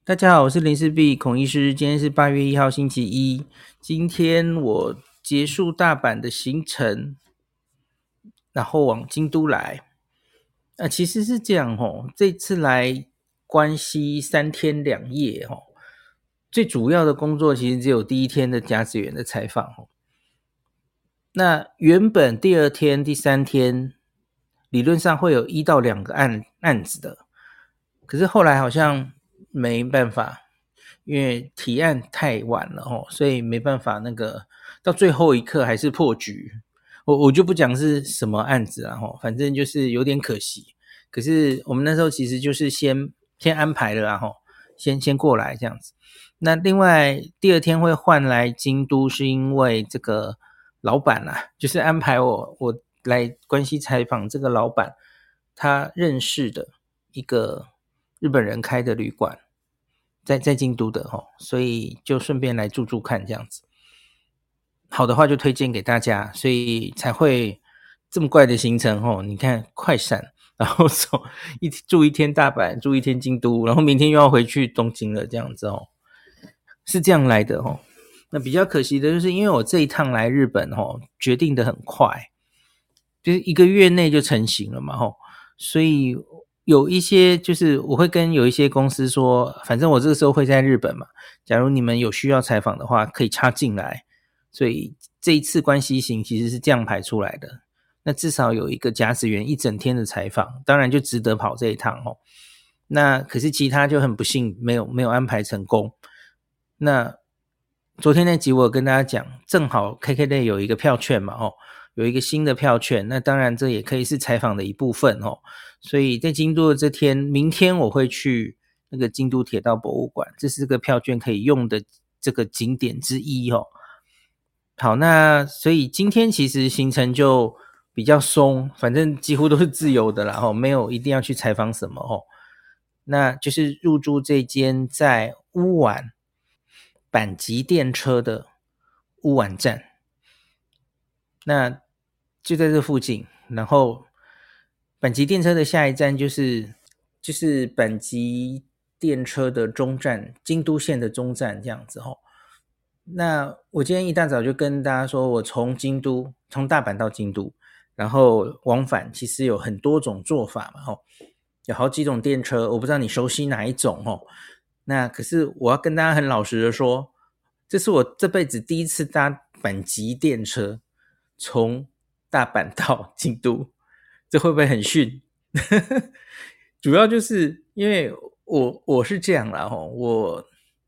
大家好，我是林氏璧孔医师。今天是8月1号星期一。今天我结束大阪的行程，然后往京都来。其实是这样这次来关西3天2夜最主要的工作其实只有第一天的甲子园的采访那原本第二天、第三天理论上会有1到2个案子的，可是后来好像没办法，因为提案太晚了所以没办法到最后一刻还是破局。我就不讲是什么案子啦反正就是有点可惜。可是我们那时候其实就是先安排了先过来这样子。那另外第二天会换来京都，是因为这个老板就是安排我来关西采访这个老板，他认识的一个日本人开的旅馆，在京都的所以就顺便来住看这样子。好的话就推荐给大家，所以才会这么怪的行程你看快闪，然后住一天大阪，住一天京都，然后明天又要回去东京了这样子是这样来的那比较可惜的就是因为我这一趟来日本决定的很快，就是1个月内就成型了嘛所以有一些就是我会跟有一些公司说，反正我这个时候会在日本嘛，假如你们有需要采访的话可以插进来。所以这一次关西行其实是这样排出来的，那至少有一个甲子园1整天的采访，当然就值得跑这一趟那可是其他就很不幸没有安排成功。那昨天那集我有跟大家讲，正好 KKday 有一个票券嘛有一个新的票券，那当然这也可以是采访的一部分所以在京都的这天，明天我会去那个京都铁道博物馆，这是这个票券可以用的这个景点之一好，那所以今天其实行程就比较松，反正几乎都是自由的啦没有一定要去采访什么那就是入住这间在乌丸阪急电车的乌丸站，那就在这附近。然后阪急电车的下一站就是阪急电车的中站，京都线的中站这样子那我今天一大早就跟大家说，我从大阪到京都，然后往返其实有很多种做法嘛有好几种电车，我不知道你熟悉哪一种那可是我要跟大家很老实的说，这是我这辈子第一次搭阪急电车从大阪到京都，这会不会很逊？主要就是因为我是这样啦我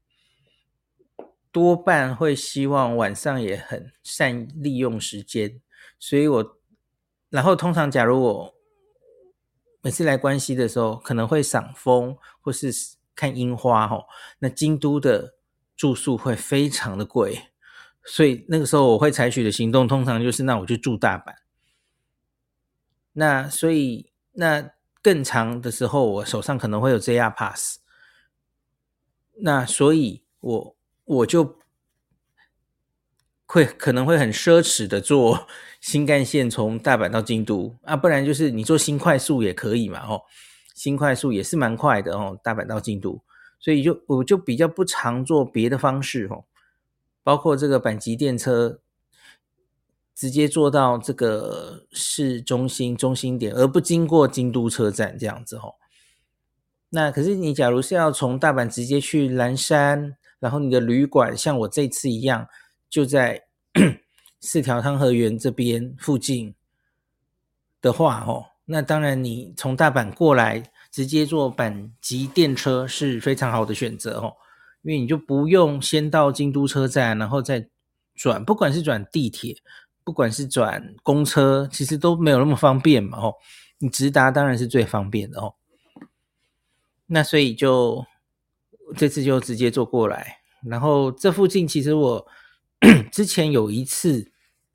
多半会希望晚上也很善利用时间，所以然后通常假如我每次来关西的时候，可能会赏枫或是看樱花那京都的住宿会非常的贵，所以那个时候我会采取的行动通常就是那我就住大阪。那所以那更长的时候我手上可能会有 JR Pass， 那所以我就可能会很奢侈的坐新干线从大阪到京都不然就是你坐新快速也可以嘛新快速也是蛮快的大阪到京都，所以我就比较不常做别的方式包括这个阪急电车直接坐到这个市中心点，而不经过京都车站这样子那可是你假如是要从大阪直接去岚山，然后你的旅馆像我这次一样就在四条汤河原这边附近的话那当然你从大阪过来直接坐阪急电车是非常好的选择因为你就不用先到京都车站，然后再转，不管是转地铁，不管是转公车，其实都没有那么方便嘛你直达当然是最方便的那所以这次就直接坐过来，然后这附近其实我之前有一次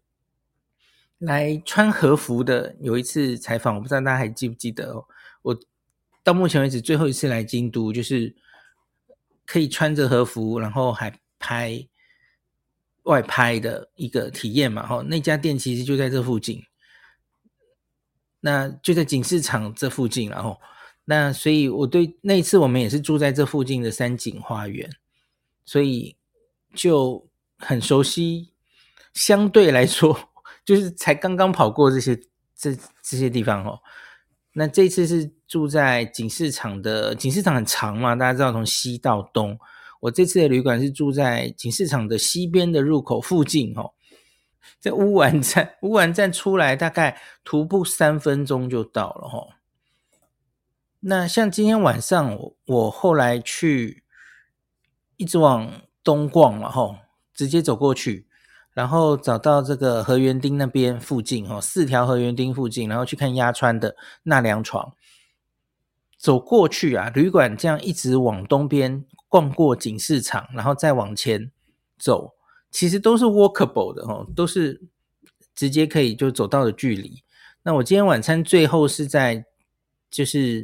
来穿和服的，有一次采访，我不知道大家还记不记得我到目前为止最后一次来京都，就是可以穿着和服，然后还外拍的一个体验嘛那家店其实就在这附近，那就在锦市场这附近然后那所以那一次我们也是住在这附近的山景花园，所以就很熟悉，相对来说就是才刚刚跑过这些地方哦。那这次是住在景市场很长嘛，大家知道从西到东，我这次的旅馆是住在景市场的西边的入口附近哦。在乌丸站出来大概徒步3分钟就到了哦。那像今天晚上我后来去一直往东逛了吼，直接走过去，然后找到这个河园町那边附近哦，4条河园町附近，然后去看鸭川的纳凉床。走过去啊，旅馆这样一直往东边逛过景市场，然后再往前走，其实都是 walkable 的哦，都是直接可以就走到的距离。那我今天晚餐最后是在就是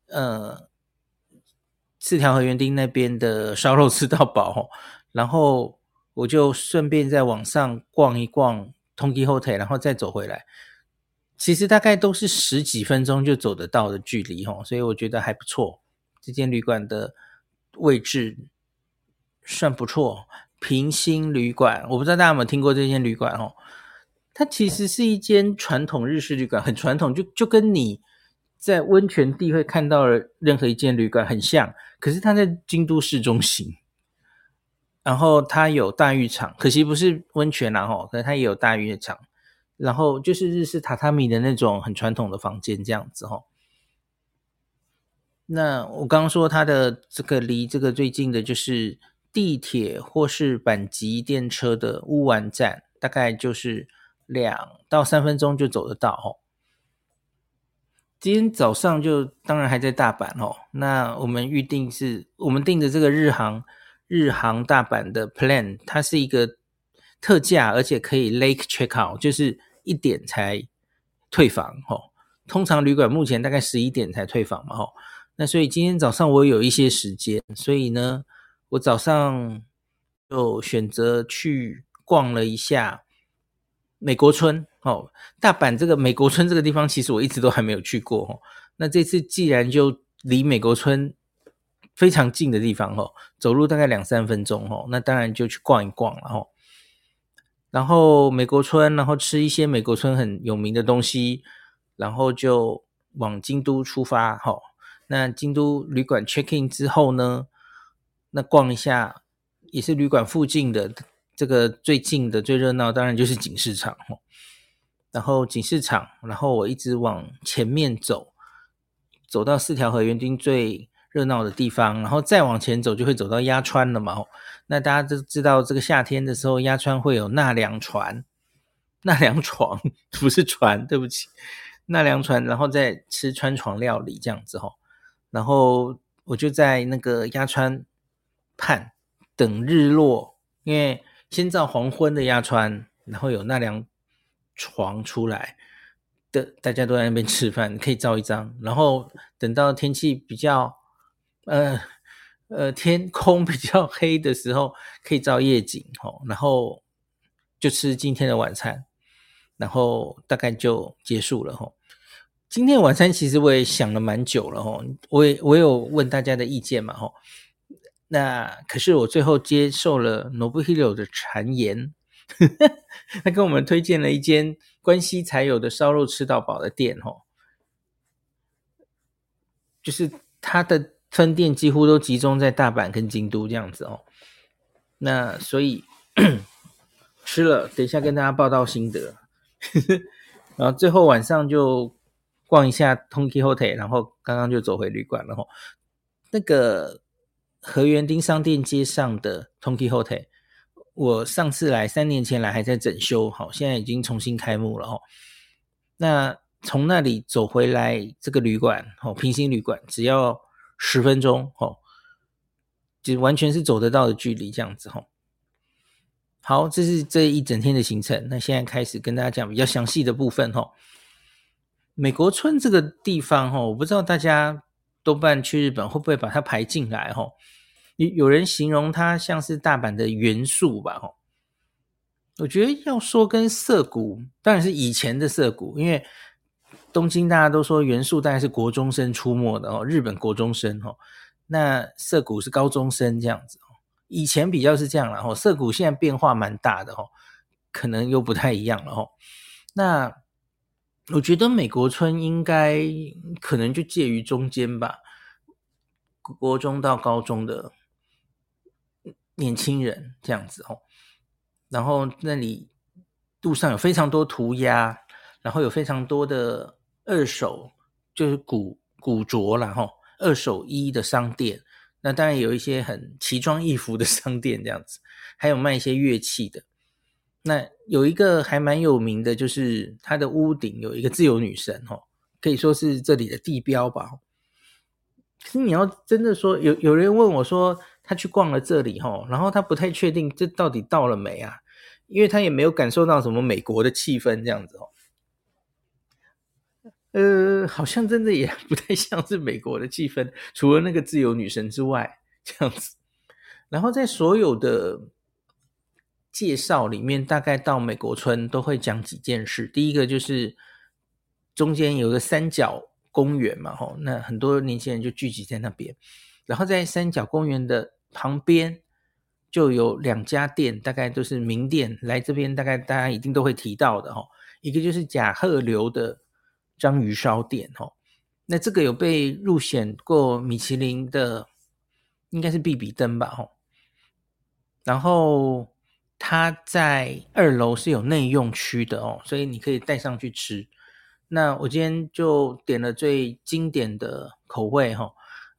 4条河园町那边的烧肉吃到饱哦，然后我就顺便再往上逛一逛 Tonki Hotel， 然后再走回来。其实大概都是10几分钟就走得到的距离哦，所以我觉得还不错。这间旅馆的位置算不错，平星旅馆，我不知道大家有没有听过这间旅馆哦。它其实是一间传统日式旅馆，很传统，就跟你在温泉地会看到的任何一间旅馆很像，可是它在京都市中心，然后它有大浴场，可惜不是温泉啦吼，可是它也有大浴场，然后就是日式榻榻米的那种很传统的房间这样子吼。那我刚刚说它的这个离这个最近的就是地铁或是阪急电车的乌丸站，大概就是2到3分钟就走得到吼。今天早上就当然还在大阪哦，那我们订的这个日航大阪的 plan， 它是一个特价，而且可以 late check out， 就是1点才退房哦。通常旅馆目前大概11点才退房嘛哦。那所以今天早上我有一些时间，所以呢，我早上就选择去逛了一下美国村哦。大阪这个美国村这个地方，其实我一直都还没有去过哦。那这次既然就离美国村非常近的地方哦，走路大概2-3分钟哦，那当然就去逛一逛了哦。然后美国村，然后吃一些美国村很有名的东西，然后就往京都出发哈。那京都旅馆 check in 之后呢，那逛一下也是旅馆附近的这个最近的最热闹，当然就是景市场哈。然后景市场，然后我一直往前面走，走到4条河园町最热闹的地方，然后再往前走就会走到鸭川了嘛。那大家都知道，这个夏天的时候，鸭川会有纳凉床不是船，对不起，纳凉船，然后再吃川床料理这样子吼。然后我就在那个鸭川畔等日落，因为先照黄昏的鸭川，然后有纳凉床出来的，大家都在那边吃饭，可以照一张。然后等到天气比较天空比较黑的时候，可以照夜景吼，然后就吃今天的晚餐，然后大概就结束了吼。今天晚餐其实我也想了蛮久了吼，我有问大家的意见嘛吼。那可是我最后接受了 Nobuhiro 的谗言，他跟我们推荐了一间关西才有的烧肉吃到饱的店吼，就是他的分店几乎都集中在大阪跟京都这样子哦。那所以吃了，等一下跟大家报道心得。然后最后晚上就逛一下 Tonki Hotel， 然后刚刚就走回旅馆了吼。那个河园町商店街上的 Tonki Hotel， 我上次来3年前来还在整修，好，现在已经重新开幕了吼。那从那里走回来这个旅馆哦，平行旅馆只要10分钟哦，就完全是走得到的距离这样子吼。好，这是这一整天的行程。那现在开始跟大家讲比较详细的部分吼。美国村这个地方吼，我不知道大家多半去日本会不会把它排进来吼。有人形容它像是大阪的元素吧吼。我觉得要说跟涩谷，当然是以前的涩谷，因为东京大家都说元素大概是国中生出没的哦，日本国中生哦，那涩谷是高中生这样子哦，以前比较是这样啦哦，涩谷现在变化蛮大的哦，可能又不太一样了哦。那我觉得美国村应该可能就介于中间吧，国中到高中的年轻人这样子哦，然后那里路上有非常多涂鸦，然后有非常多的二手，就是古着啦吼，二手衣的商店，那当然有一些很奇装异服的商店这样子，还有卖一些乐器的。那有一个还蛮有名的，就是它的屋顶有一个自由女神吼，可以说是这里的地标吧。可是你要真的说，有人问我说，他去逛了这里吼，然后他不太确定这到底到了没啊，因为他也没有感受到什么美国的气氛这样子哦。好像真的也不太像是美国的气氛，除了那个自由女神之外，这样子。然后在所有的介绍里面，大概到美国村都会讲几件事。第一个就是中间有个三角公园嘛，吼，那很多年轻人就聚集在那边。然后在三角公园的旁边就有两家店，大概都是名店，来这边大概大家一定都会提到的，吼。一个就是甲贺流的章鱼烧店，吼。那这个有被入选过米其林的，应该是必比登吧，吼。然后它在2楼是有内用区的哦，所以你可以带上去吃。那我今天就点了最经典的口味哈，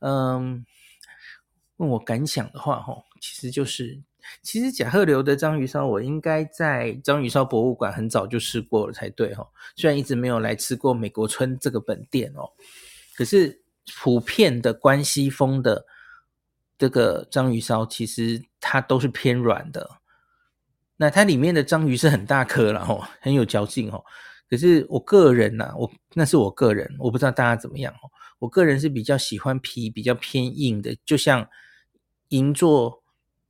问我感想的话哈，其实甲贺流的章鱼烧我应该在章鱼烧博物馆很早就吃过了才对哈，虽然一直没有来吃过美国村这个本店哦，可是普遍的关西风的这个章鱼烧其实它都是偏软的，那它里面的章鱼是很大颗啦吼，很有嚼劲哦。可是我个人呐、那是我个人，我不知道大家怎么样哦。我个人是比较喜欢皮比较偏硬的，就像银座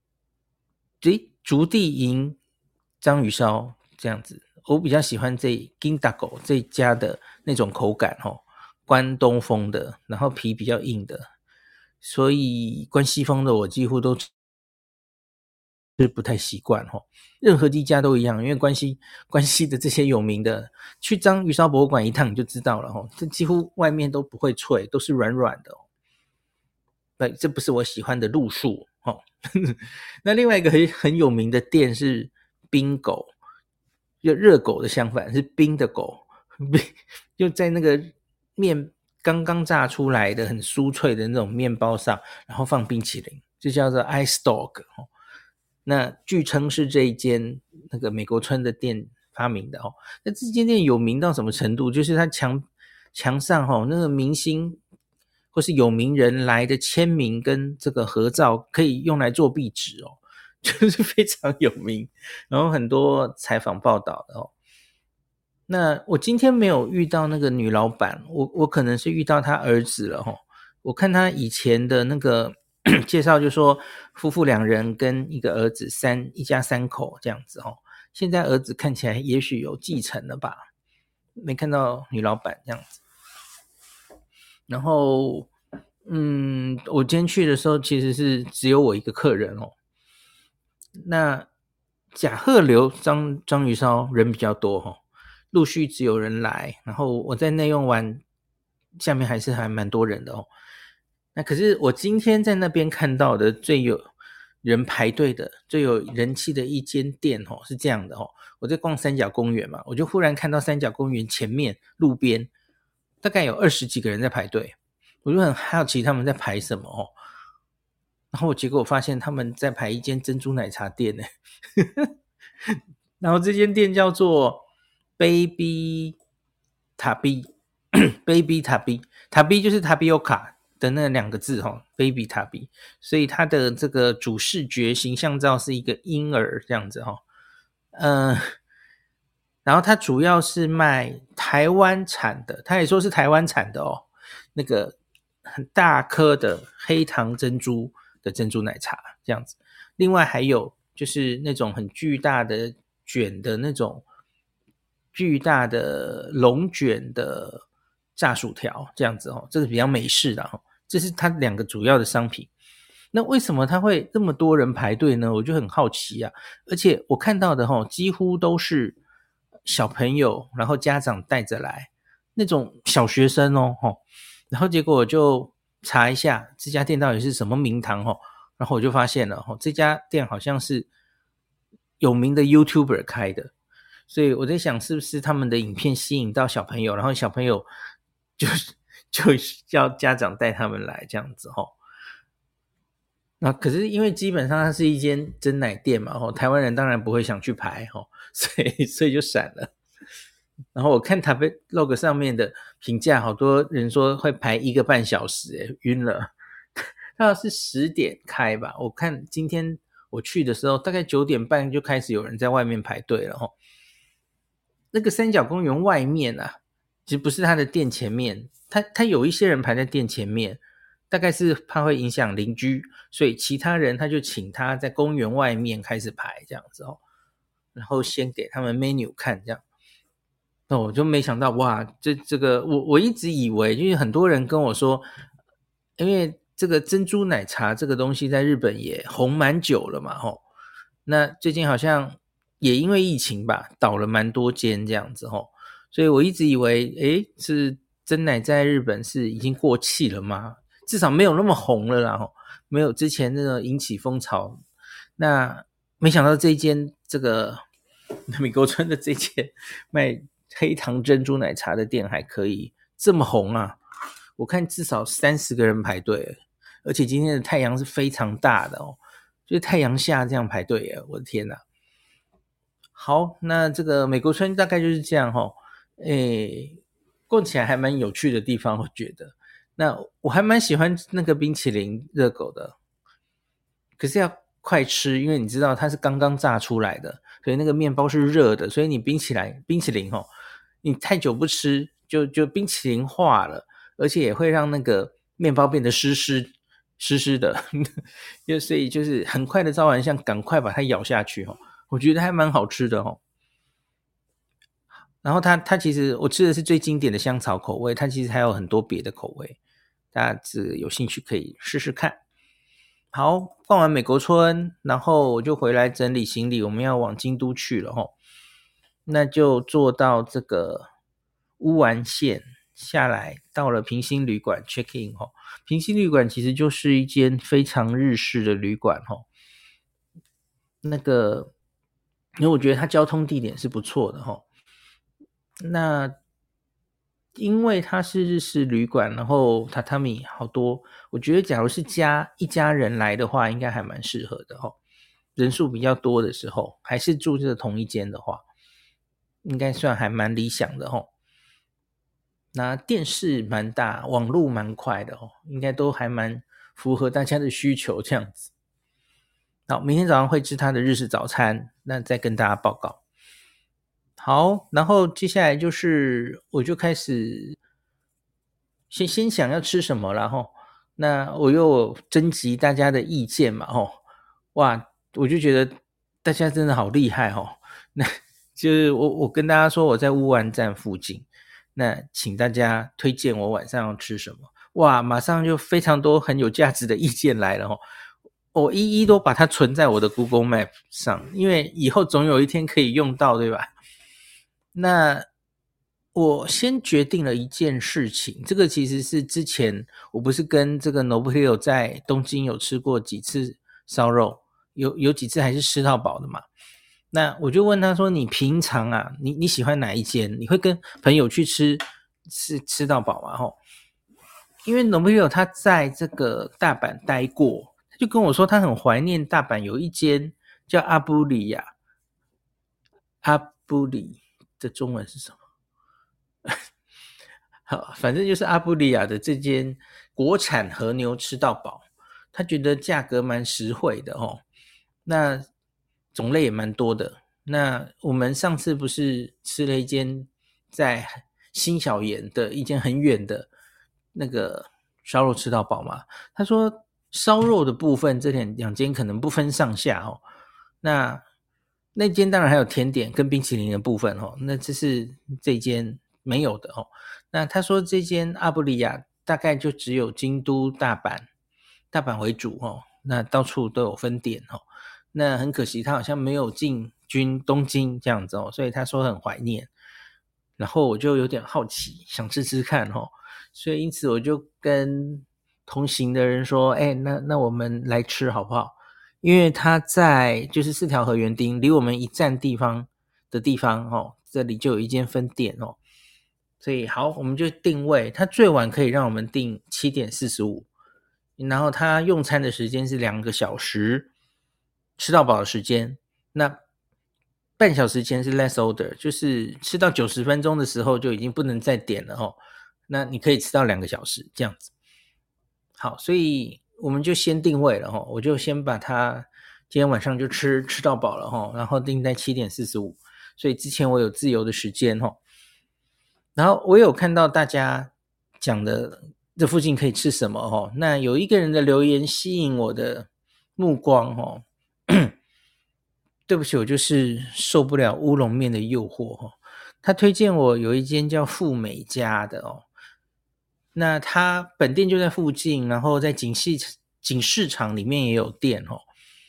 竹地银章鱼烧这样子，我比较喜欢这金大狗这家的那种口感哦，关东风的，然后皮比较硬的，所以关西风的我几乎都是不太习惯哈，任何一家都一样，因为关西的这些有名的，去章鱼烧博物馆一趟你就知道了哈，这几乎外面都不会脆，都是软软的哦。对，这不是我喜欢的路数哦。那另外一个很有名的店是冰狗，就热狗的相反是冰的狗，就在那个面刚刚炸出来的很酥脆的那种面包上，然后放冰淇淋，这叫做 ice dog 哦。那据称是这一间那个美国村的店发明的哦。那这间店有名到什么程度？就是它墙上哦，那个明星或是有名人来的签名跟这个合照可以用来做壁纸哦，就是非常有名。然后很多采访报道的哦。那我今天没有遇到那个女老板，我可能是遇到她儿子了哈。我看他以前的那个介绍，就说夫妇两人跟一个儿子一家三口这样子哦。现在儿子看起来也许有继承了吧，没看到女老板这样子。然后，我今天去的时候其实是只有我一个客人哦。那甲贺流章鱼烧人比较多哦，陆续只有人来，然后我在内用完，下面还蛮多人的哦。那可是我今天在那边看到的最有人排队的、最有人气的一间店哦，是这样的哦。我在逛三角公园嘛，我就忽然看到三角公园前面路边大概有20几个人在排队，我就很好奇他们在排什么哦。然后结果我发现他们在排一间珍珠奶茶店呢，然后这间店叫做 Baby 塔比，Baby 塔比，塔比就是塔比欧卡的那2个字哈，Baby 塔比，所以它的这个主视觉形象照是一个婴儿这样子哈，然后它主要是卖台湾产的，它也说是台湾产的哦，那个很大颗的黑糖珍珠的珍珠奶茶这样子，另外还有就是那种很巨大的卷的那种巨大的龙卷的炸薯条这样子哦，这是比较美式的哦，这是它2个主要的商品。那为什么它会这么多人排队呢？我就很好奇啊。而且我看到的几乎都是小朋友，然后家长带着来，那种小学生然后结果我就查一下这家店到底是什么名堂然后我就发现了这家店好像是有名的 YouTuber 开的，所以我在想是不是他们的影片吸引到小朋友，然后小朋友就要家长带他们来这样子那可是因为基本上它是一间珍奶店嘛台湾人当然不会想去排所以就闪了。然后我看塔贝 log 上面的评价，好多人说会排1个半小时晕了。它是10点开吧，我看今天我去的时候大概9点半就开始有人在外面排队了那个三角公园外面啊，其实不是它的店前面，它有一些人排在店前面，大概是怕会影响邻居，所以其他人他就请他在公园外面开始排这样子然后先给他们 menu 看这样。那我就没想到哇，这个我一直以为，因为很多人跟我说，因为这个珍珠奶茶这个东西在日本也红蛮久了嘛那最近好像也因为疫情吧，倒了蛮多间这样子所以我一直以为是珍奶在日本是已经过气了吗？至少没有那么红了啦没有之前那个引起风潮。那没想到这一间这个美国村的这间卖黑糖珍珠奶茶的店还可以这么红啊，我看至少30个人排队，而且今天的太阳是非常大的就是太阳下这样排队耶，我的天哪。好，那这个美国村大概就是这样逛起来还蛮有趣的地方，我觉得。那我还蛮喜欢那个冰淇淋热狗的，可是要快吃，因为你知道它是刚刚炸出来的，所以那个面包是热的，所以你冰淇淋你太久不吃就冰淇淋化了，而且也会让那个面包变得湿湿的所以就是很快的照完相，赶快把它咬下去我觉得还蛮好吃的然后它其实我吃的是最经典的香草口味，它其实还有很多别的口味，大家有兴趣可以试试看。好，逛完美国村，然后我就回来整理行李，我们要往京都去了那就坐到这个乌丸线下来，到了平星旅馆 check in 平星旅馆其实就是一间非常日式的旅馆那个因为我觉得它交通地点是不错的那因为它是日式旅馆，然后榻榻米好多，我觉得假如是一家人来的话，应该还蛮适合的人数比较多的时候，还是住这同一间的话，应该算还蛮理想的那电视蛮大，网路蛮快的应该都还蛮符合大家的需求这样子。好，明天早上会吃他的日式早餐，那再跟大家报告。好，然后接下来就是我就开始先想要吃什么啦那我又征集大家的意见嘛哇，我就觉得大家真的好厉害那就是我跟大家说我在乌丸站附近，那请大家推荐我晚上要吃什么。哇，马上就非常多很有价值的意见来了我一一都把它存在我的 Google Map 上，因为以后总有一天可以用到，对吧？那我先决定了一件事情，这个其实是之前我不是跟这个 Nobuhiro 在东京有吃过几次烧肉，有几次还是吃到饱的嘛。那我就问他说，你平常啊，你喜欢哪一间？你会跟朋友去吃到饱吗因为 Nobuhiro 他在这个大阪待过，他就跟我说他很怀念大阪有一间叫阿布里亚，阿布里的中文是什么？好，反正就是阿布里亚的这间国产和牛吃到饱，他觉得价格蛮实惠的那种类也蛮多的。那我们上次不是吃了一间在新小岩的一间很远的那个烧肉吃到饱嘛？他说烧肉的部分这两间可能不分上下那间当然还有甜点跟冰淇淋的部分那这是这间没有的那他说这间阿布里亚大概就只有京都、大阪为主哦，那到处都有分店哦。那很可惜他好像没有进军东京这样子哦，所以他说很怀念。然后我就有点好奇，想吃吃看哦，所以因此我就跟同行的人说，那我们来吃好不好？因为他在就是四条河园町，离我们一站地方哦，这里就有一间分店哦，所以好，我们就定位，他最晚可以让我们定7:45，然后他用餐的时间是2个小时，吃到饱的时间，那半小时前是 less order， 就是吃到90分钟的时候就已经不能再点了哦，那你可以吃到2个小时这样子。好，所以我们就先定位了哦，我就先把它今天晚上就吃到饱了哦，然后定在7:45，所以之前我有自由的时间哦。然后我有看到大家讲的这附近可以吃什么哦，那有一个人的留言吸引我的目光哦，对不起，我就是受不了乌龙面的诱惑哦。他推荐我有一间叫富美家的哦，那他本店就在附近，然后在景市场里面也有店哦。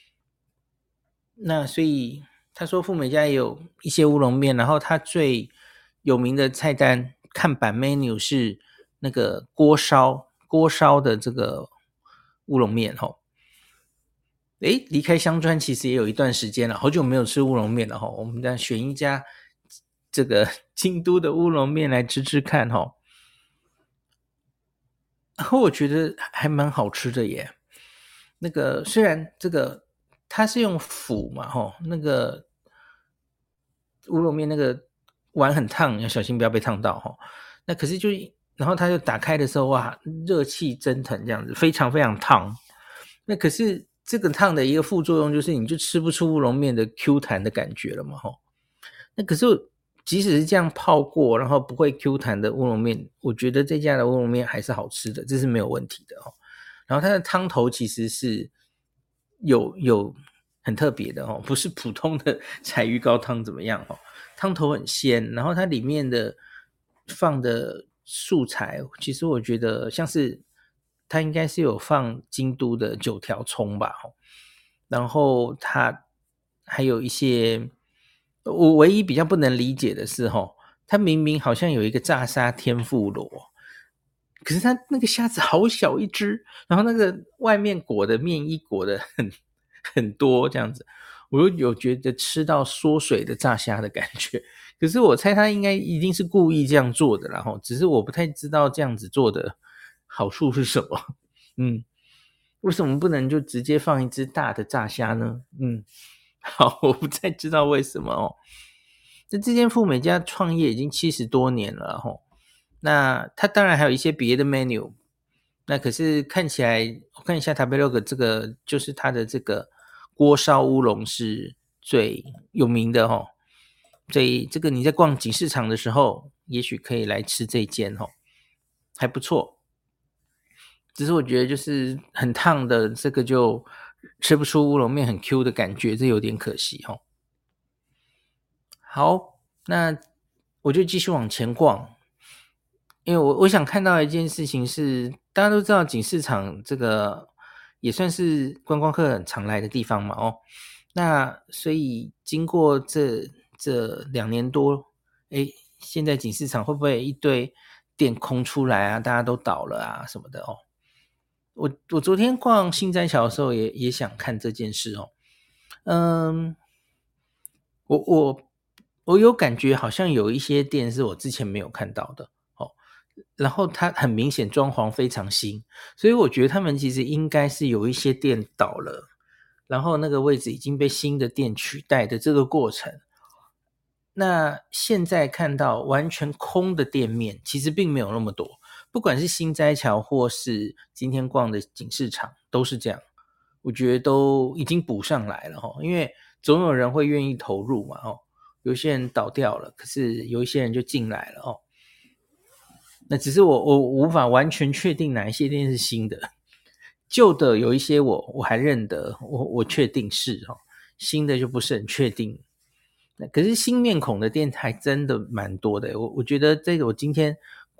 那所以他说富美家也有一些乌龙面，然后他最有名的菜单看板 menu 是那个锅烧的这个乌龙面哦。诶，离开香川其实也有一段时间了，好久没有吃乌龙面了哈。我们再选一家这个京都的乌龙面来吃吃看哈。然后我觉得还蛮好吃的耶。那个虽然这个它是用釜嘛哈，那个乌龙面那个碗很烫，要小心不要被烫到哈。那可是然后它就打开的时候哇，热气蒸腾这样子，非常非常烫。那可是这个烫的一个副作用就是你就吃不出乌龙面的 Q 弹的感觉了嘛哈。那可是即使是这样泡过，然后不会 Q 弹的乌龙面，我觉得这家的乌龙面还是好吃的，这是没有问题的哦。然后它的汤头其实是有很特别的哦，不是普通的柴鱼高汤怎么样哦，汤头很鲜，然后它里面的放的素材，其实我觉得像是它应该是有放京都的9条葱吧，然后它还有一些我唯一比较不能理解的是它明明好像有一个炸虾天妇罗，可是它那个虾子好小一只，然后那个外面裹的面衣裹的很多这样子，我又有觉得吃到缩水的炸虾的感觉。可是我猜他应该一定是故意这样做的，然后只是我不太知道这样子做的好处是什么。为什么不能就直接放一只大的炸虾呢？好，我不太知道为什么哦。那这间富美家创业已经70多年了吼，那它当然还有一些别的 menu，那可是看起来我看一下 Tabelog 这个就是它的这个锅烧乌龙是最有名的吼，所以这个你在逛景市场的时候，也许可以来吃这间吼，还不错。只是我觉得就是很烫的这个就吃不出乌龙面很 Q 的感觉，这有点可惜吼。好，那我就继续往前逛，因为我想看到一件事情是，大家都知道锦市场这个也算是观光客很常来的地方嘛哦，那所以经过这2年多，现在锦市场会不会一堆店空出来啊？大家都倒了啊什么的哦？我昨天逛新斋桥的时候也想看这件事哦，嗯，我我我有感觉好像有一些店是我之前没有看到的哦，然后它很明显装潢非常新，所以我觉得他们其实应该是有一些店倒了，然后那个位置已经被新的店取代的这个过程。那现在看到完全空的店面，其实并没有那么多，不管是新斋桥或是今天逛的景市场，都是这样。我觉得都已经补上来了因为总有人会愿意投入嘛有些人倒掉了，可是有一些人就进来了那只是我无法完全确定哪一些店是新的，旧的有一些我还认得，我确定是新的就不是很确定。可是新面孔的店还真的蛮多的，我觉得这个我今天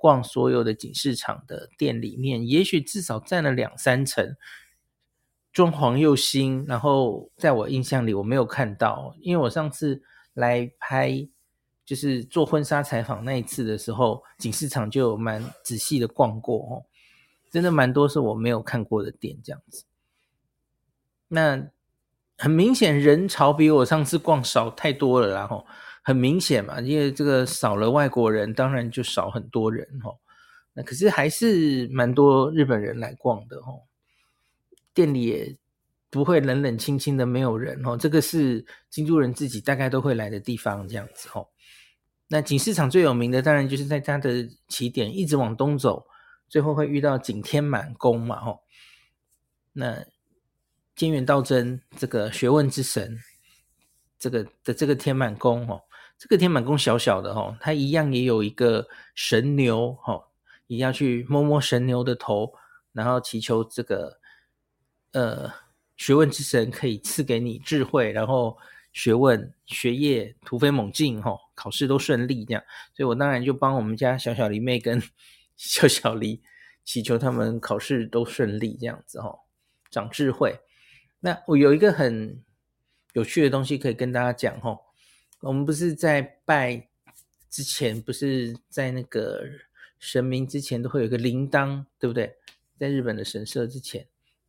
逛所有的锦市场的店里面，也许至少占了2-3成，装潢又新，然后在我印象里我没有看到，因为我上次来拍就是做婚纱采访那一次的时候，锦市场就有蛮仔细的逛过哦，真的蛮多是我没有看过的店这样子。那很明显人潮比我上次逛少太多了啦吼，很明显嘛，因为这个少了外国人，当然就少很多人吼。那可是还是蛮多日本人来逛的吼，店里也不会冷冷清清的没有人吼，这个是京都人自己大概都会来的地方这样子吼。那锦市场最有名的当然就是在它的起点一直往东走，最后会遇到景天满宫嘛吼。那菅原道真这个学问之神，这个天满宫哦，这个天满宫小小的哦，它一样也有一个神牛哦，也要去摸摸神牛的头，然后祈求这个学问之神可以赐给你智慧，然后学问学业突飞猛进哦，考试都顺利这样。所以我当然就帮我们家小小狸妹跟小小狸祈求他们考试都顺利这样子哦，长智慧。那我有一个很有趣的东西可以跟大家讲哦，我们不是在拜之前，不是在那个神明之前都会有一个铃铛，对不对？在日本的神社之前，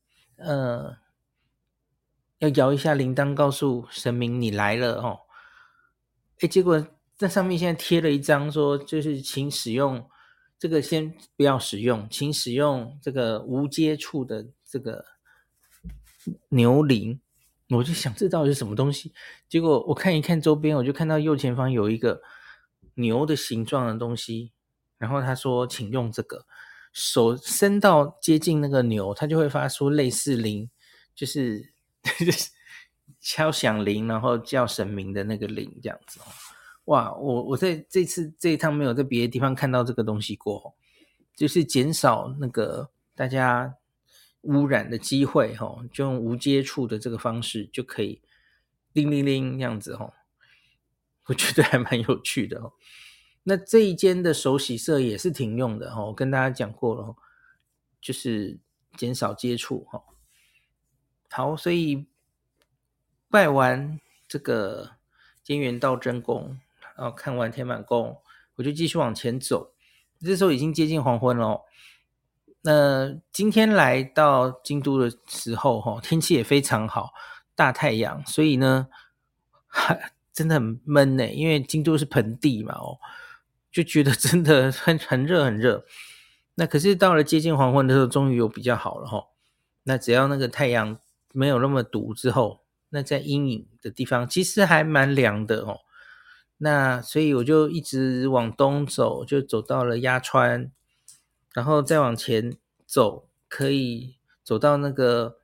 要摇一下铃铛，告诉神明你来了哦。诶，结果在上面现在贴了一张说，就是请使用这个，先不要使用，请使用这个无接触的这个牛铃。我就想这到底是什么东西？结果我看一看周边，我就看到右前方有一个牛的形状的东西，然后他说请用这个，手伸到接近那个牛，它就会发出类似铃，就是敲响铃，然后叫神明的那个铃这样子哦。哇，我在这一趟没有在别的地方看到这个东西过，就是减少那个大家污染的机会哦，就用无接触的这个方式就可以铃铃铃这样子哦，我觉得还蛮有趣的哦。那这一间的手洗社也是挺用的哦，我跟大家讲过了哦，就是减少接触哦。好，所以拜完这个菅原道真宫，然后看完天满宫，我就继续往前走。这时候已经接近黄昏了哦。那今天来到京都的时候，天气也非常好，大太阳，所以呢，真的很闷呢，因为京都是盆地嘛，就觉得真的很热很热。那可是到了接近黄昏的时候，终于有比较好了哈。那只要那个太阳没有那么毒之后，那在阴影的地方其实还蛮凉的哦。那所以我就一直往东走，就走到了鸭川，然后再往前走，可以走到那个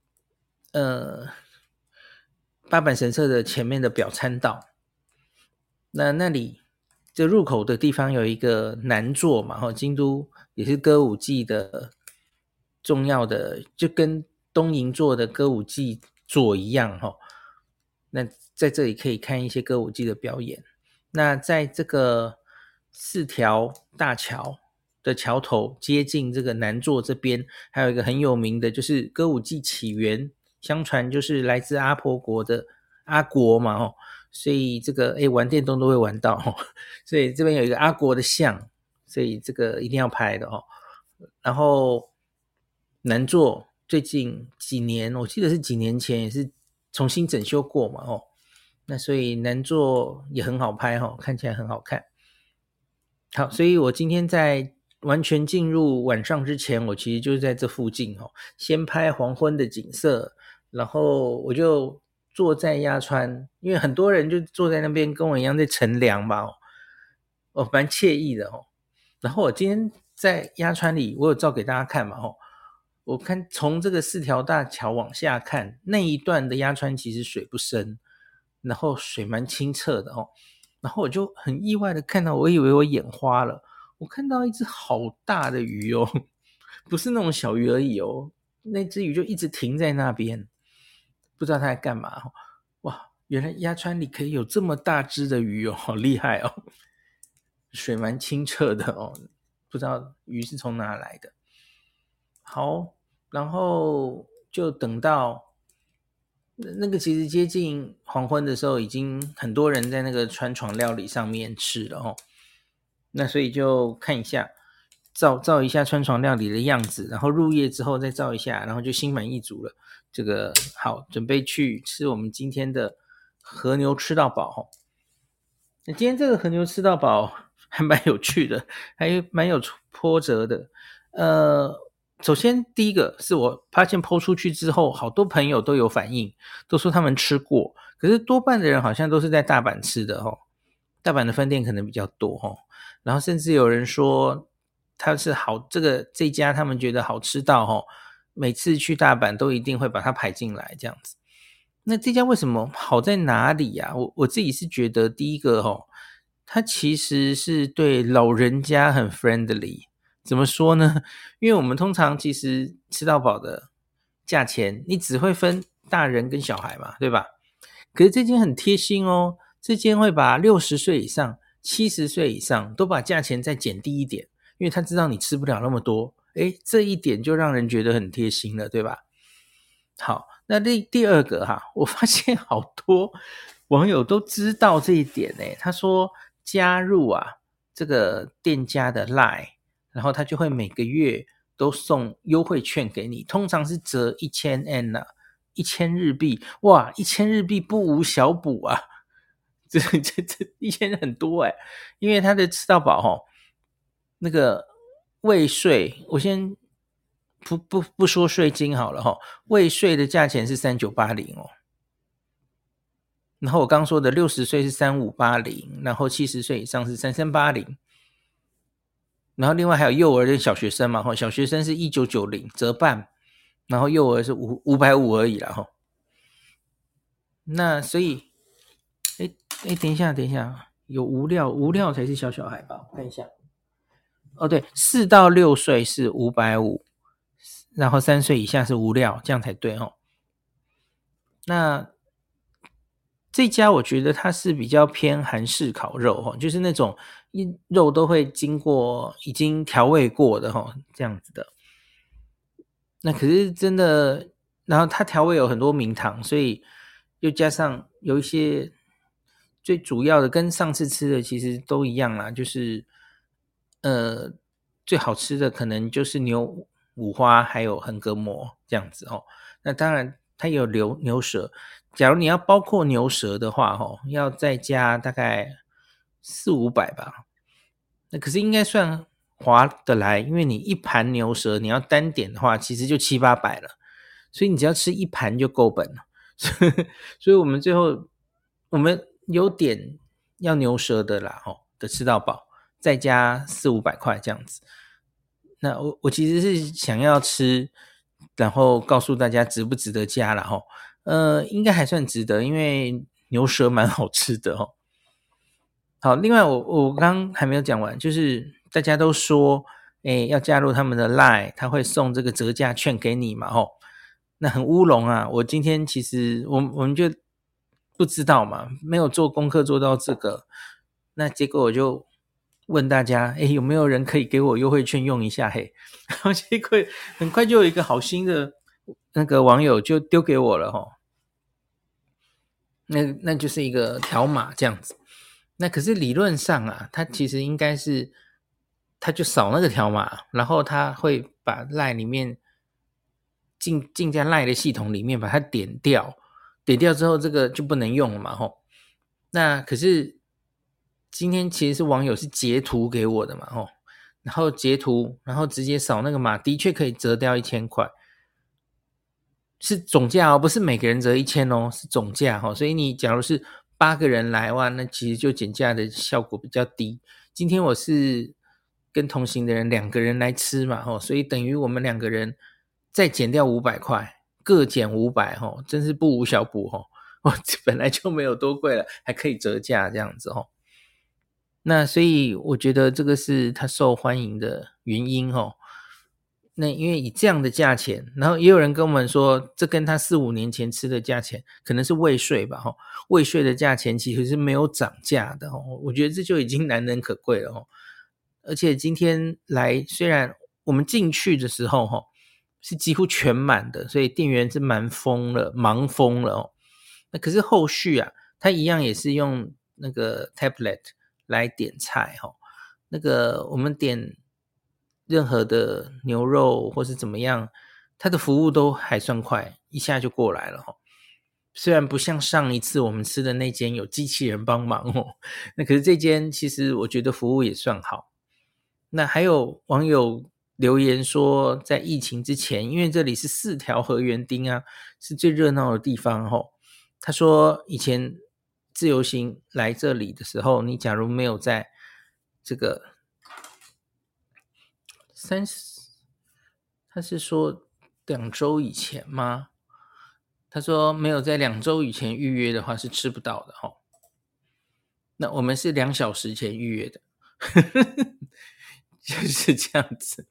八坂神社的前面的表参道。那里这入口的地方有一个南座嘛，京都也是歌舞伎的重要的，就跟东银座的歌舞伎座一样哈。那在这里可以看一些歌舞伎的表演。那在这个4条大桥的桥头接近这个南座这边，还有一个很有名的就是歌舞伎起源，相传就是来自阿婆国的阿国嘛所以这个玩电动都会玩到所以这边有一个阿国的像，所以这个一定要拍的然后南座最近几年，我记得是几年前也是重新整修过嘛那所以南座也很好拍看起来很好看。好，所以我今天在完全进入晚上之前，我其实就是在这附近先拍黄昏的景色，然后我就坐在鸭川，因为很多人就坐在那边跟我一样在乘凉吧蛮惬意的然后我今天在鸭川里，我有照给大家看嘛我看从这个4条大桥往下看，那一段的鸭川其实水不深，然后水蛮清澈的然后我就很意外的看到，我以为我眼花了，我看到一只好大的鱼不是那种小鱼而已那只鱼就一直停在那边，不知道它在干嘛哇，原来鸭川里可以有这么大只的鱼好厉害水蛮清澈的不知道鱼是从哪来的。好，然后就等到那个其实接近黄昏的时候，已经很多人在那个川床料理上面吃了哦。那所以就看一下，照一下川床料理的样子，然后入夜之后再照一下，然后就心满意足了。这个好，准备去吃我们今天的和牛吃到饱哦。那今天这个和牛吃到饱还蛮有趣的，还蛮有波折的。首先第一个是我发现 po 出去之后，好多朋友都有反应，都说他们吃过，可是多半的人好像都是在大阪吃的哦，大阪的分店可能比较多哦。然后甚至有人说它是好，这家他们觉得好吃到哦，每次去大阪都一定会把它排进来这样子。那这家为什么好在哪里啊？我自己是觉得第一个哦，它其实是对老人家很 friendly。怎么说呢？因为我们通常其实吃到饱的价钱，你只会分大人跟小孩嘛，对吧？可是这间很贴心哦，这间会把60岁以上、70岁以上都把价钱再减低一点，因为他知道你吃不了那么多。诶，这一点就让人觉得很贴心了，对吧？好，那第二个哈，我发现好多网友都知道这一点呢。他说加入这个店家的 LINE， 然后他就会每个月都送优惠券给你，通常是折1000 yen 啊，1000日币，哇，1000日币不无小补啊，这1000很多因为他的吃到饱那个未税，我先不说税金好了未税的价钱是3980哦，然后我刚说的60岁是3580，然后70岁以上是3380，然后另外还有幼儿跟小学生嘛小学生是1990折半，然后幼儿是550而已啦那所以等一下，有无料才是小孩吧？我看一下。哦，对，4到6岁是550，然后3岁以下是无料，这样才对哦。那这家我觉得它是比较偏韩式烤肉就是那种肉都会经过已经调味过的这样子的。那可是真的，然后它调味有很多名堂，所以又加上有一些最主要的跟上次吃的其实都一样啦，就是最好吃的可能就是牛五花还有横膈膜这样子那当然它有牛舌，假如你要包括牛舌的话要再加大概400-500吧。那可是应该算划得来，因为你一盘牛舌你要单点的话其实就700-800了，所以你只要吃一盘就够本了。所以我们最后我们有点要牛舌的啦的吃到饱，再加400-500块这样子。那我其实是想要吃，然后告诉大家值不值得加啦应该还算值得，因为牛舌蛮好吃的好，另外我刚还没有讲完，就是大家都说要加入他们的 LINE， 他会送这个折价券给你嘛那很乌龙啊，我今天其实我们就不知道嘛，没有做功课做到这个，那结果我就问大家有没有人可以给我优惠券用一下然后结果很快就有一个好心的那个网友就丢给我了那就是一个条码这样子。那可是理论上它其实应该是他就扫那个条码，然后他会把 LINE 里面进在 LINE 的系统里面把它点掉之后这个就不能用了嘛那可是今天其实是网友是截图给我的嘛然后截图然后直接扫那个码，的确可以折掉1000块，是总价不是每个人折1000是总价所以你假如是8个人来哇，那其实就减价的效果比较低。今天我是跟同行的人2个人来吃嘛所以等于我们2个人再减掉500块，各减500真是不无小补本来就没有多贵了，还可以折价这样子那所以我觉得这个是它受欢迎的原因那因为以这样的价钱，然后也有人跟我们说这跟他4-5年前吃的价钱可能是未税吧未税的价钱其实是没有涨价的我觉得这就已经难能可贵了而且今天来虽然我们进去的时候是几乎全满的，所以店员是忙疯了那可是后续啊，他一样也是用那个 tablet 来点菜那个我们点任何的牛肉或是怎么样，他的服务都还算快，一下就过来了虽然不像上一次我们吃的那间有机器人帮忙那可是这间其实我觉得服务也算好。那还有网友留言说，在疫情之前，因为这里是4条河园町啊，是最热闹的地方他说以前自由行来这里的时候，你假如没有在这个他是说2周以前吗？他说没有在2周以前预约的话是吃不到的那我们是2小时前预约的就是这样子。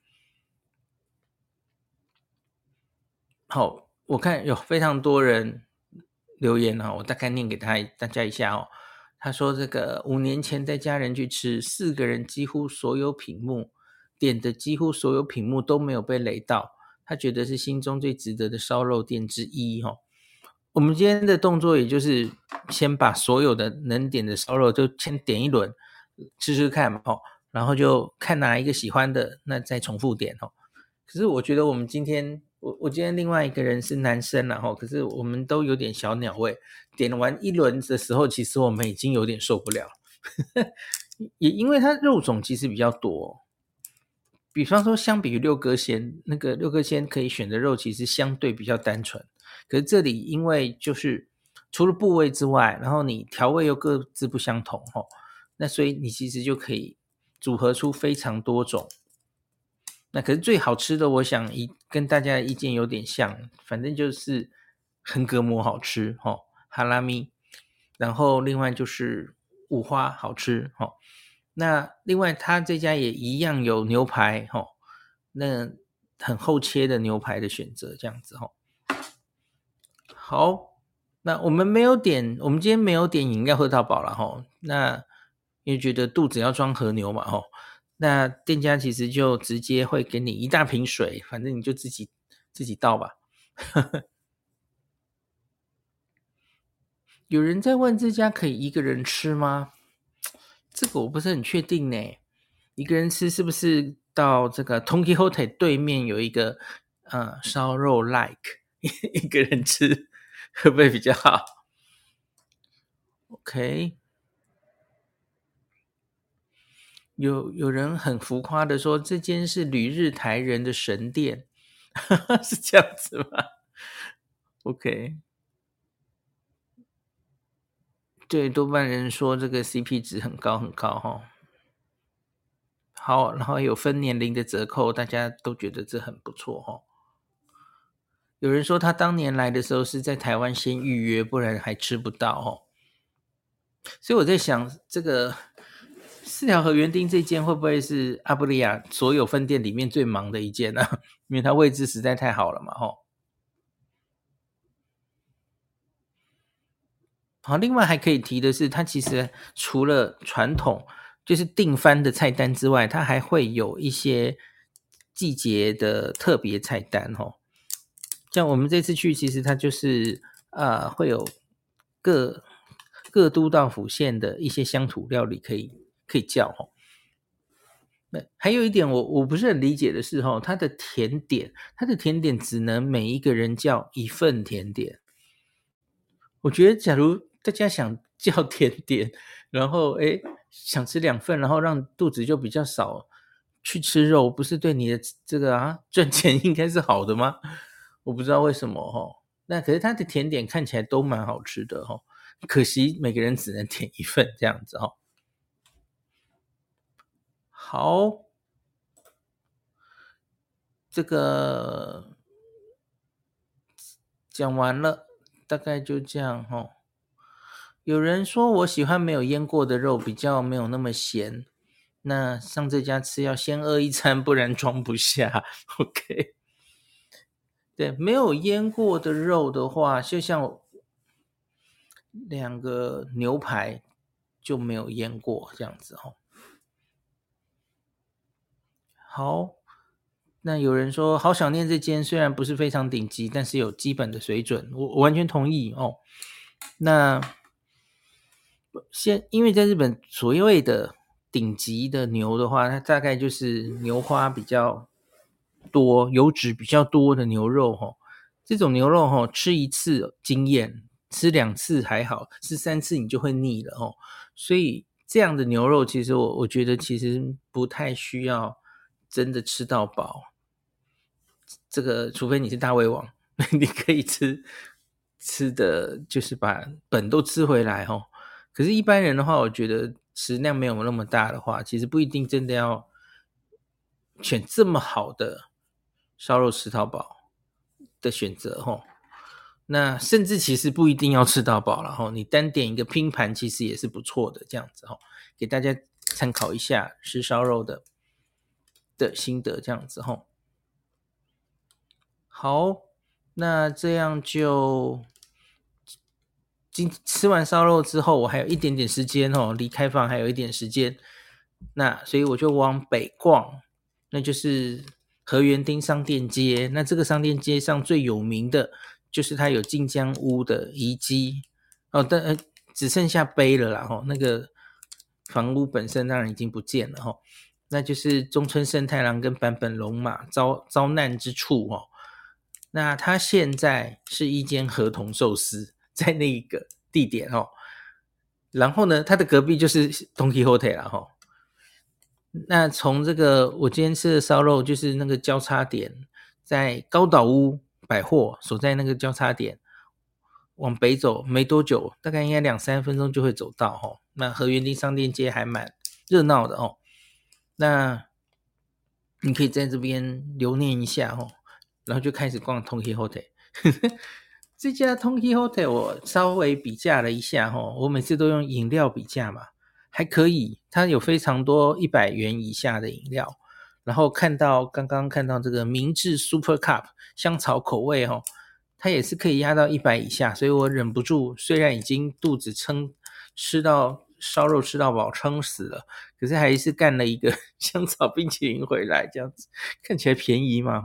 好，我看有非常多人留言我大概念给大家一下他说这个5年前带家人去吃，4个人几乎所有品目点的几乎所有品目都没有被雷到，他觉得是心中最值得的烧肉店之一我们今天的动作也就是先把所有的能点的烧肉就先点一轮吃吃看然后就看哪一个喜欢的，那再重复点可是我觉得我们今天我今天另外一个人是男生可是我们都有点小鸟胃，点完一轮的时候，其实我们已经有点受不了也因为它肉种其实比较多比方说相比于六哥鲜，那个六哥鲜可以选的肉其实相对比较单纯，可是这里因为就是除了部位之外，然后你调味又各自不相同那所以你其实就可以组合出非常多种。那可是最好吃的，我想跟大家的意见有点像，反正就是横膈膜好吃哈拉米，然后另外就是五花好吃那另外他这家也一样有牛排那很厚切的牛排的选择这样子好，那我们今天没有点饮料喝到饱了那因为觉得肚子要装和牛嘛那店家其实就直接会给你一大瓶水，反正你就自己倒吧。有人在问这家可以一个人吃吗？这个我不是很确定呢。一个人吃是不是到这个 Tonki Hotel 对面有一个烧肉 like 一个人吃会不会比较好 ？OK， 有人很浮夸的说这间是旅日台人的神店，是这样子吗？OK。对，多半人说这个 CP 值很高很高好，然后有分年龄的折扣，大家都觉得这很不错有人说他当年来的时候是在台湾先预约，不然还吃不到所以我在想，这个4条河园町这间会不会是阿布利亚所有分店里面最忙的一间呢？因为它位置实在太好了嘛好，另外还可以提的是，它其实除了传统就是定番的菜单之外，它还会有一些季节的特别菜单像我们这次去，其实它就是会有各各都道府县的一些乡土料理可以叫那还有一点我不是很理解的是它的甜点只能每一个人叫一份甜点。我觉得假如大家想叫甜点，然后想吃2份，然后让肚子就比较少去吃肉，不是对你的这个赚钱应该是好的吗？我不知道为什么那可是它的甜点看起来都蛮好吃的可惜每个人只能点一份这样子好，这个讲完了，大概就这样有人说我喜欢没有腌过的肉，比较没有那么咸。那上这家吃要先饿一餐，不然装不下。OK，对，没有腌过的肉的话，就像2个牛排就没有腌过这样子好，那有人说好想念这间，虽然不是非常顶级，但是有基本的水准，我完全同意哦。那因为在日本所谓的顶级的牛的话，它大概就是牛花比较多、油脂比较多的牛肉哈。这种牛肉哈，吃一次惊艳，吃2次还好，吃3次你就会腻了哦。所以这样的牛肉，其实我觉得其实不太需要真的吃到饱。这个除非你是大胃王，你可以吃的就是把本都吃回来哦。可是，一般人的话，我觉得食量没有那么大的话，其实不一定真的要选这么好的烧肉吃到饱的选择哦。那甚至其实不一定要吃到饱了哦，你单点一个拼盘其实也是不错的，这样子哦，给大家参考一下吃烧肉的心得，这样子哦。好，那这样就吃完烧肉之后，我还有一点点时间哦，离开房还有一点时间，那所以我就往北逛，那就是河原町商店街。那这个商店街上最有名的就是它有近江屋的遗迹哦，但只剩下碑了啦那个房屋本身当然已经不见了那就是中村胜太郎跟坂本龙马遭难之处那它现在是一间合同寿司，在那个地点然后呢，它的隔壁就是 Don Quijote 啦那从这个我今天吃的烧肉，就是那个交叉点，在高岛屋百货所在那个交叉点，往北走没多久，大概应该2-3分钟就会走到那河原町商店街还蛮热闹的那你可以在这边留念一下然后就开始逛 Don Quijote 这家 Don Quijote 我稍微比价了一下我每次都用饮料比价嘛，还可以，它有非常多100元以下的饮料，然后刚刚看到这个明治 Super Cup 香草口味它也是可以压到100以下，所以我忍不住，虽然已经肚子烧肉吃到饱撑死了，可是还是干了一个香草冰淇淋回来，这样子看起来便宜嘛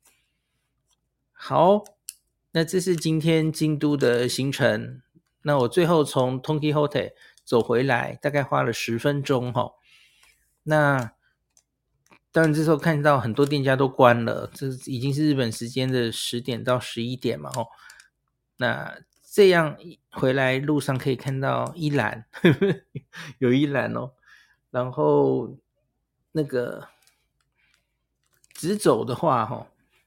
好，那这是今天京都的行程。那我最后从 Don Quijote 走回来，大概花了10分钟那当然这时候看到很多店家都关了，这已经是日本时间的10点到11点嘛那这样回来路上可以看到一兰有一兰然后那个直走的话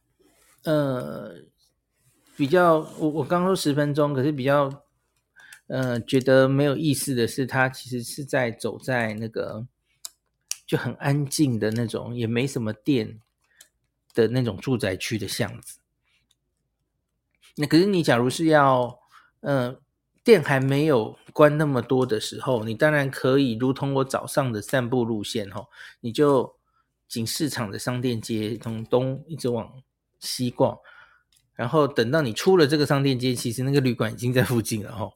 比较我刚说10分钟，可是比较觉得没有意思的是，它其实是走在那个就很安静的那种，也没什么店的那种住宅区的巷子。那可是你假如是要店还没有关那么多的时候，你当然可以如同我早上的散步路线你就景市场的商店街从东一直往西逛，然后等到你出了这个商店街，其实那个旅馆已经在附近了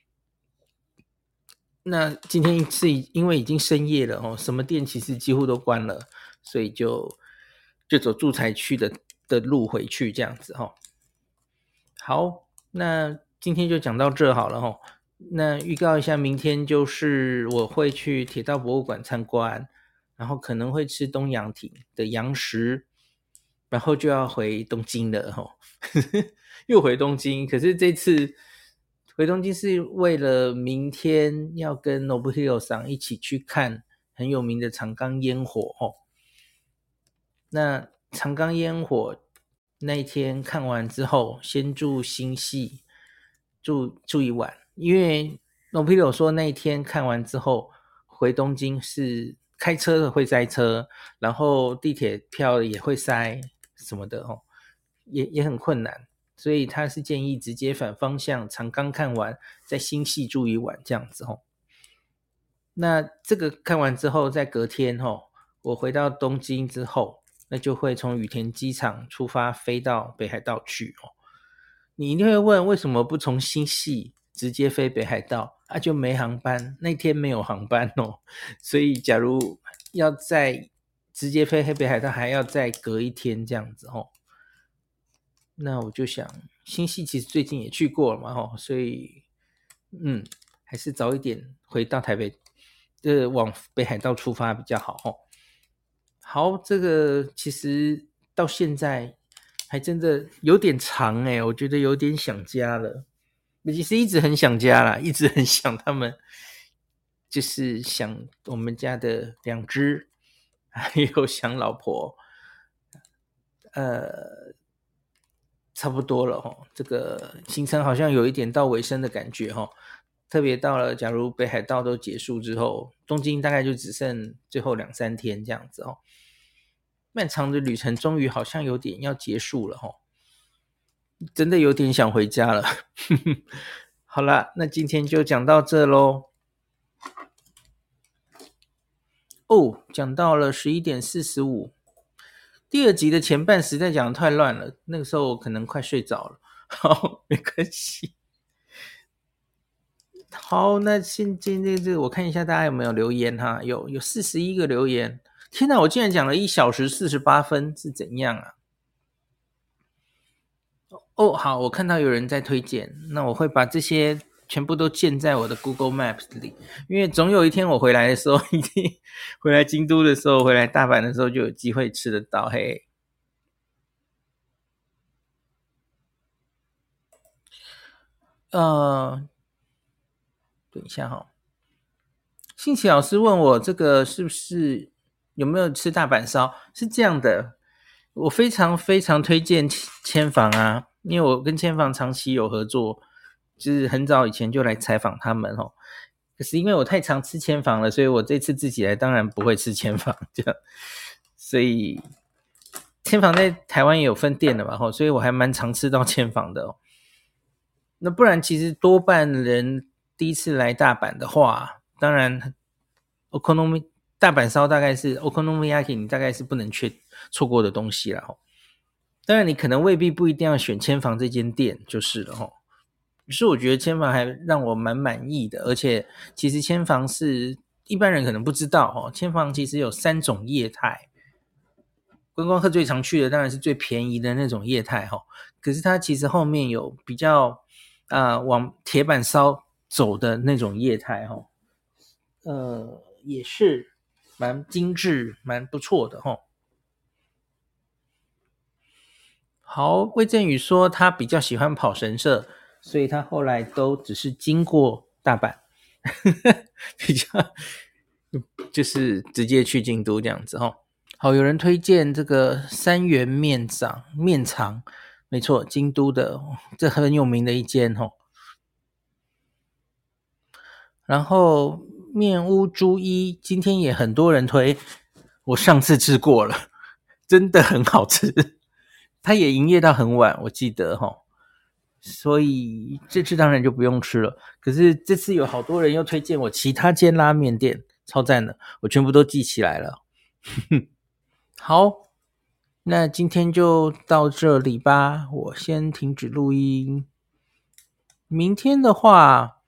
那今天是因为已经深夜了什么店其实几乎都关了，所以就走住宅区的路回去这样子好，那今天就讲到这好了那预告一下，明天就是我会去铁道博物馆参观，然后可能会吃东洋町的洋食，然后就要回东京了又回东京，可是这次回东京是为了明天要跟 Nobuhiro 桑一起去看很有名的长冈烟火那长冈烟火那一天看完之后，先住新系住一晚，因为 Nobuhiro 说那一天看完之后回东京是开车的会塞车，然后地铁票也会塞什么的也很困难，所以他是建议直接反方向长冈看完，在新系住一晚这样子那这个看完之后，在隔天我回到东京之后，那就会从羽田机场出发飞到北海道去你一定会问为什么不从新系直接飞北海道就没航班，那天没有航班所以假如要在直接飞北海道还要再隔一天这样子哦。那我就想，新系其实最近也去过了嘛吼，所以还是早一点回到台北，往北海道出发比较好吼。好，这个其实到现在还真的有点长我觉得有点想家了。其实一直很想家啦，一直很想他们，就是想我们家的2只，还有想老婆，差不多了齁，这个行程好像有一点到尾声的感觉齁。特别到了假如北海道都结束之后，东京大概就只剩最后2-3天这样子齁。漫长的旅程终于好像有点要结束了齁，真的有点想回家了。好啦，那今天就讲到这咯。讲到了11点45，第2集的前半实在讲得太乱了，那个时候我可能快睡着了。好，没关系。好，那现在这个我看一下大家有没有留言哈，有41个留言。天哪，我竟然讲了1小时48分，是怎样啊？好，我看到有人在推荐，那我会把这些全部都建在我的 Google Maps 里，因为总有一天我回来的时候，一定回来京都的时候，回来大阪的时候就有机会吃得到。嘿，等一下哈，信奇老师问我这个是不是有没有吃大阪烧？是这样的，我非常非常推荐千房啊，因为我跟千房长期有合作，就是很早以前就来采访他们哦。可是因为我太常吃千房了，所以我这次自己来当然不会吃千房这样，所以千房在台湾也有分店的嘛，所以我还蛮常吃到千房的哦。那不然其实多半人第一次来大阪的话，当然 大阪烧大概是 okonomiyaki 你大概是不能错过的东西啦齁。当然你可能未必不一定要选千房这间店就是了齁。可是我觉得千房还让我蛮满意的，而且其实千房是一般人可能不知道齁，千房其实有3种业态。观光客最常去的当然是最便宜的那种业态齁，可是它其实后面有比较往铁板烧走的那种业态齁，也是蛮精致蛮不错的齁。好，魏振宇说他比较喜欢跑神社，所以他后来都只是经过大阪比较就是直接去京都这样子齁。好，有人推荐这个三元面藏，没错，京都的这很有名的一间齁。然后面屋猪一今天也很多人推，我上次吃过了，真的很好吃。它也营业到很晚，我记得齁，所以这次当然就不用吃了。可是这次有好多人又推荐我其他间拉面店，超赞的，我全部都记起来了。好，那今天就到这里吧，我先停止录音。明天的话，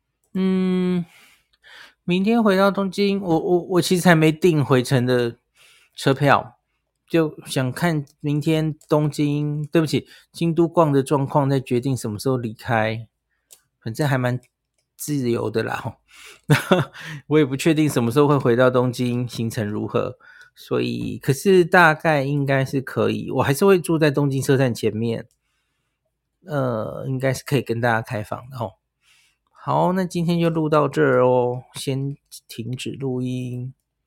明天回到东京，我其实还没订回程的车票，就想看明天京都逛的状况，再决定什么时候离开。反正还蛮自由的啦，我也不确定什么时候会回到东京，行程如何，所以可是大概应该是可以，我还是会住在东京车站前面，应该是可以跟大家开房的齁。好，那今天就录到这儿哦，先停止录音。